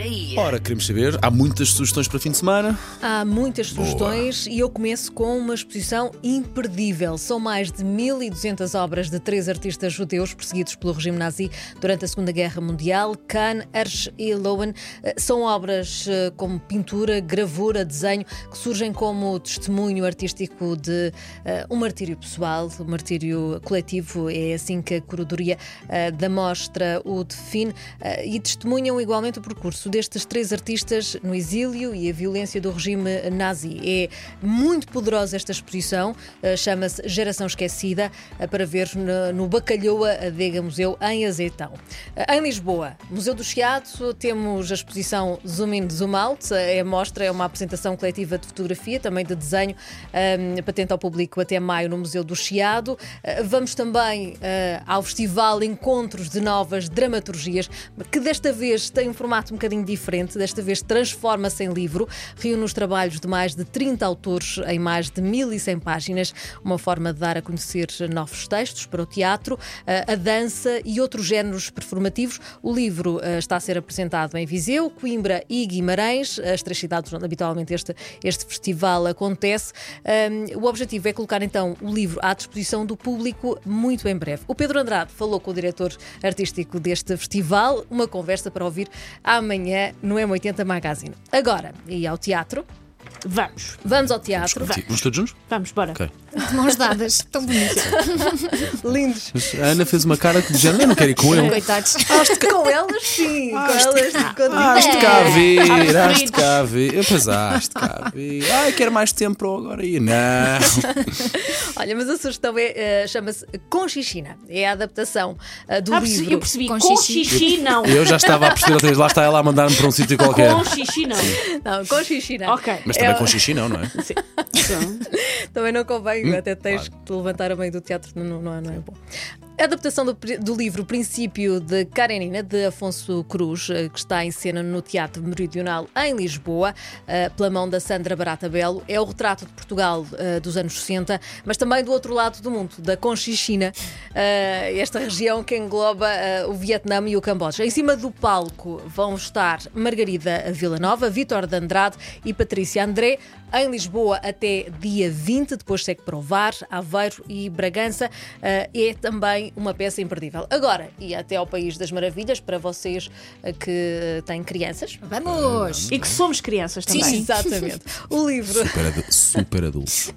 aí? Ora, queremos saber, há muitas sugestões para fim de semana? Há muitas sugestões e eu começo com uma exposição imperdível. São mais de 1200 obras de 3 artistas judeus perseguidos pelo regime nazi durante a Segunda Guerra Mundial. Kahn, Hersch e Lowen. São obras como pintura, gravura, desenho, que surgem como testemunho artístico de um martírio pessoal, um martírio coletivo. É assim que a curadoria da mostra o define, e testemunham igualmente o percurso destes 3 artistas no exílio e a violência do regime nazi. É muito poderosa esta exposição, chama-se Geração Esquecida, para ver no Bacalhoa Adega Museu, em Azeitão. Em Lisboa, Museu do Chiado, temos a exposição Zoom In, Zoom Out. A mostra é uma apresentação coletiva de fotografia, também de desenho, patente ao público até maio no Museu do Chiado. Vamos também ao Festival Encontros de Novas Dramaturgias, que desta vez tem um formato um bocadinho diferente. Desta vez transforma-se em livro, reúne os trabalhos de mais de 30 autores em mais de 1100 páginas, uma forma de dar a conhecer novos textos para o teatro, a dança e outros géneros performativos. O livro está a ser apresentado em Viseu, Coimbra e Guimarães, as 3 cidades onde habitualmente este festival acontece. O objetivo é colocar então o livro à disposição do público muito em breve. O Pedro Andrade falou com o diretor artístico deste festival, uma conversa para ouvir amanhã no M80 Magazine. Agora, e ao teatro? Vamos ao teatro. Vamos todos juntos? Vamos, bora. Ok. De mãos dadas, tão bonito. Lindos. Mas a Ana fez uma cara de género, eu não quero ir com ele. Coitados. Com elas, sim. Com elas, Has de cá vir, has de cá vir. Eu pois has de cá vir. Ai, quero mais tempo para agora ir. Não. Olha, mas a sugestão chama-se Conchichina. É a adaptação do livro. Eu percebi. Com Com xixi. xixi, não. Eu já estava a perceber outra vez, lá está ela a mandar-me para um sítio qualquer. Com xixi, não. Não, Conchichina. Ok. Mas também com xixi não é? Sim. Também não convém, até tens que te levantar a meio do teatro, não é bom. A adaptação do livro Princípio de Karenina, de Afonso Cruz, que está em cena no Teatro Meridional em Lisboa, pela mão da Sandra Barata Belo, é o retrato de Portugal dos anos 60, mas também do outro lado do mundo, da Conchichina, esta região que engloba o Vietnã e o Camboja. Em cima do palco vão estar Margarida Villanova, Vítor de Andrade e Patrícia André. Em Lisboa até dia 20, depois segue para o VAR, Aveiro e Bragança. É também uma peça imperdível. Agora, e até ao País das Maravilhas, para vocês que têm crianças. Vamos! E que somos crianças também. Sim. Exatamente. O livro... Super adultos.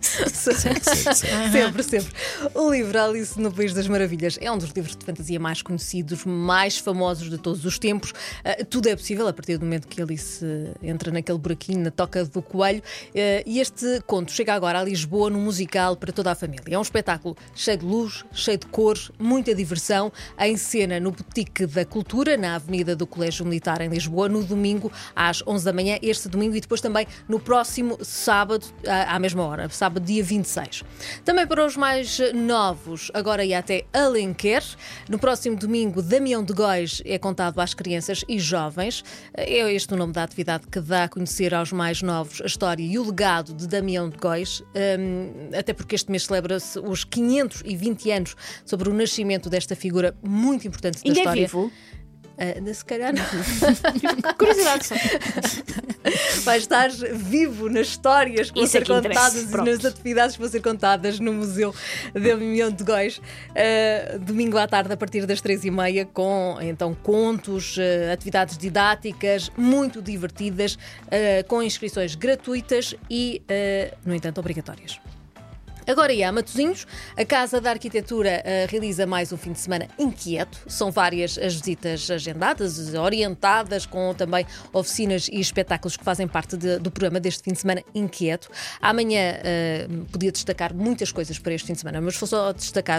Sempre. O livro Alice no País das Maravilhas é um dos livros de fantasia mais conhecidos, mais famosos de todos os tempos. Tudo é possível a partir do momento que Alice entra naquele buraquinho, na toca do coelho. E este conto chega agora a Lisboa num musical para toda a família. É um espetáculo cheio de luz, cheio de cores, muita diversão, em cena no Boutique da Cultura, na Avenida do Colégio Militar em Lisboa, no domingo às 11 da manhã, este domingo, e depois também no próximo sábado, à mesma hora, sábado dia 26. Também para os mais novos, agora ia até Alenquer. No próximo domingo, Damião de Góis é contado às crianças e jovens. É este o nome da atividade que dá a conhecer aos mais novos a história e o legado de Damião de Góis, até porque este mês celebra-se os 520 anos sobre o nascimento desta figura muito importante da Ainda história. é vivo? Se calhar não. Curiosidade só. Vai estar vivo nas histórias que vão Isso é ser que interessa. contadas e Pronto. nas atividades que vão ser contadas no Museu Damião de Góis, domingo à tarde a partir das 3h30, com então contos, atividades didáticas muito divertidas, com inscrições gratuitas e, no entanto, obrigatórias. Agora ia a Matosinhos. A Casa da Arquitetura realiza mais um fim de semana inquieto. São várias as visitas agendadas, orientadas, com também oficinas e espetáculos que fazem parte do programa deste fim de semana inquieto. Amanhã podia destacar muitas coisas para este fim de semana, mas vou só destacar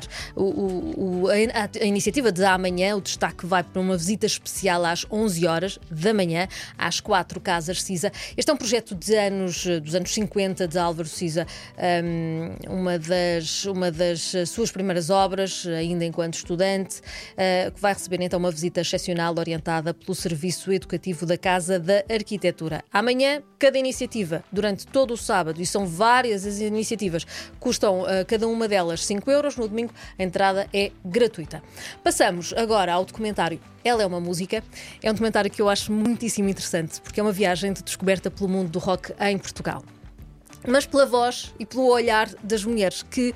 a iniciativa de amanhã. O destaque vai para uma visita especial às 11 horas da manhã, às 4 Casas Cisa. Este é um projeto dos anos 50 de Álvaro Cisa, uma das suas primeiras obras, ainda enquanto estudante, que vai receber então uma visita excepcional orientada pelo Serviço Educativo da Casa da Arquitetura. Amanhã, cada iniciativa, durante todo o sábado, e são várias as iniciativas, custam cada uma delas 5 euros. No domingo, a entrada é gratuita. Passamos agora ao documentário Ela é uma Música. É um documentário que eu acho muitíssimo interessante, porque é uma viagem de descoberta pelo mundo do rock em Portugal. Mas pela voz e pelo olhar das mulheres, que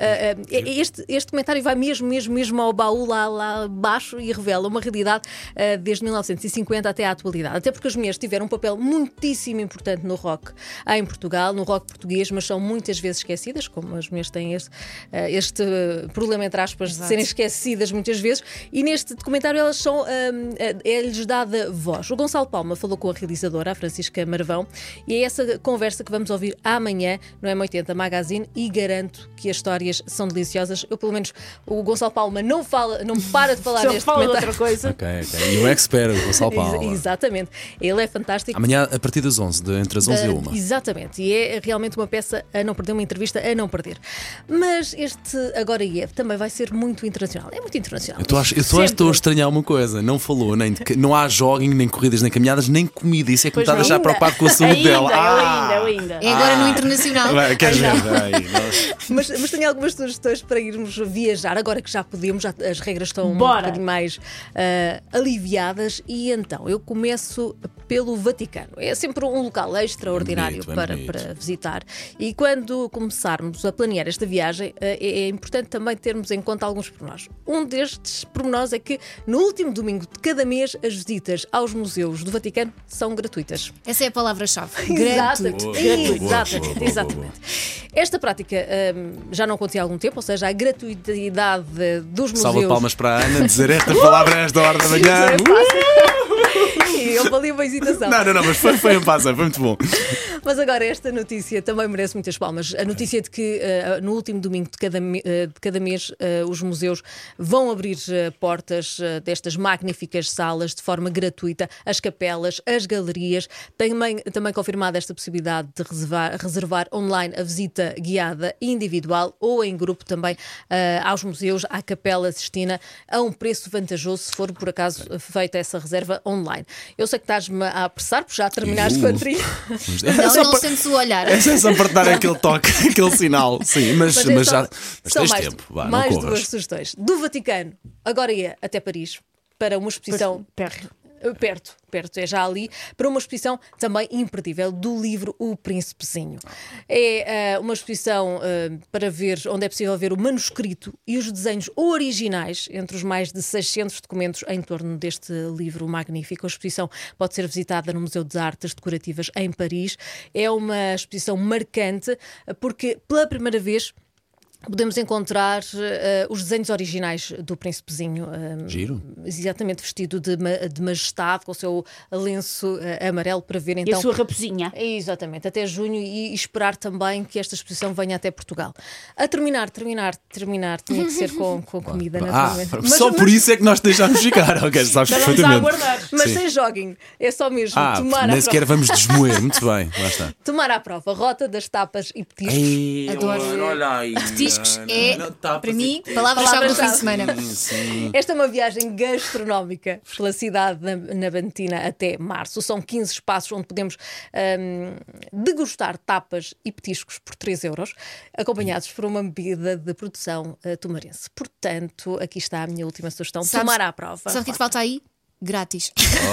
este documentário vai mesmo ao baú lá abaixo e revela uma realidade desde 1950 até à atualidade. Até porque as mulheres tiveram um papel muitíssimo importante no rock em Portugal, no rock português, mas são muitas vezes esquecidas, como as mulheres têm este problema, entre aspas, de serem esquecidas muitas vezes. E neste documentário elas é-lhes dada voz. O Gonçalo Palma falou com a realizadora, a Francisca Marvão, e é essa conversa que vamos ouvir amanhã no M80 Magazine, e garanto que as histórias são deliciosas. Eu, pelo menos, o Gonçalo Palma não para de falar neste fala de documentário. outra coisa. Ok. E o expert, o Gonçalo Palma. Exatamente. Ele é fantástico. Amanhã, a partir das 11, entre as 11 e 1. Exatamente. E é realmente uma peça a não perder, uma entrevista a não perder. Mas este Agora IE também vai ser muito internacional. É muito internacional. Estou a estranhar uma coisa. Não falou, não há jogging, nem corridas, nem caminhadas, nem comida. Isso é que me está a deixar preocupado com a saúde dela. Eu ainda. É agora no internacional. Queres ver? Mas tenho algumas sugestões para irmos viajar, agora que já podemos, as regras estão um Bora. bocadinho mais aliviadas. E então, eu começo pelo Vaticano. É sempre um local extraordinário bonito. para visitar. E quando começarmos a planear esta viagem, é importante também termos em conta alguns pormenores. Um destes pormenores é que no último domingo de cada mês, as visitas aos museus do Vaticano são gratuitas. Essa é a palavra-chave. Exatamente. Gratuito. Exatamente. Esta prática já não aconteceu há algum tempo, ou seja, a gratuidade dos museus. Salva de palmas para a Ana dizer esta palavra a esta hora da manhã. Eu falei uma hesitação. Não, mas foi um passo, foi muito bom. Mas agora esta notícia também merece muitas palmas. A notícia de que no último domingo de cada mês os museus vão abrir portas destas magníficas salas de forma gratuita, as capelas, as galerias. Também confirmada esta possibilidade de reservar online a visita guiada individual ou em grupo também aos museus, à Capela Sistina, a um preço vantajoso se for por acaso feita essa reserva online. Eu sei que estás-me a apressar, porque já terminaste com a trilha. Não sentes o olhar. É só para dar aquele toque, aquele sinal. Sim, mas já tens tempo. Vá, mais não corras. duas sugestões. Do Vaticano, agora ia até Paris para uma exposição perto, é já ali, para uma exposição também imperdível do livro O Príncipezinho. É uma exposição para ver, onde é possível ver o manuscrito e os desenhos originais entre os mais de 600 documentos em torno deste livro magnífico. A exposição pode ser visitada no Museu de Artes Decorativas em Paris. É uma exposição marcante porque pela primeira vez podemos encontrar os desenhos originais do Príncipezinho. Giro. Exatamente, vestido de majestade, com o seu lenço amarelo, para ver então. E a sua raposinha. Exatamente, até junho, e esperar também que esta exposição venha até Portugal. A terminar, tinha que ser com comida, naturalmente. Só por isso é que nós te deixámos ficar, ok? Sabes Estávamos a perfeitamente. aguardar. Mas Sim. sem jogging, é só mesmo tomar nem à sequer prova. vamos desmoer. Muito bem, lá está. Tomar à prova, rota das tapas e petiscos. Ei, Adoro. olha aí. Petiscos é, Não, tá, para mim, palavra-chave do fim de semana. Sim. Esta é uma viagem gastronómica pela cidade nabatentina até março. São 15 espaços onde podemos degustar tapas e petiscos por 3 euros, acompanhados por uma bebida de produção tumarense. Portanto, aqui está a minha última sugestão. Tomar à prova. Sabe o que falta aí? Grátis.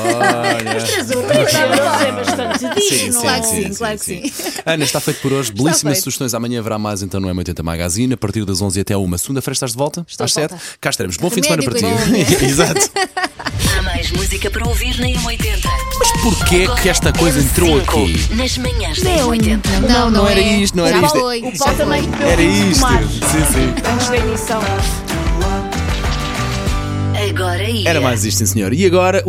É bastante digno. Claro que sim. Ana, está feito por hoje. Belíssimas feito. sugestões. Amanhã haverá mais então no M80 Magazine, a partir das 11 até 1. Segunda-feira estás de volta? Estou às de 7? volta. Cá estaremos. Bom fim de semana para ti. Remédio Exato. Há mais música para ouvir na M80. Mas porquê que esta coisa entrou aqui? Nas manhãs da M80. Não era isto, não era Já isto. foi. O Paulo também bebeu Era isto. tomate Sim. antes da emissão. Agora ia. Era mais isto, sim senhor. E agora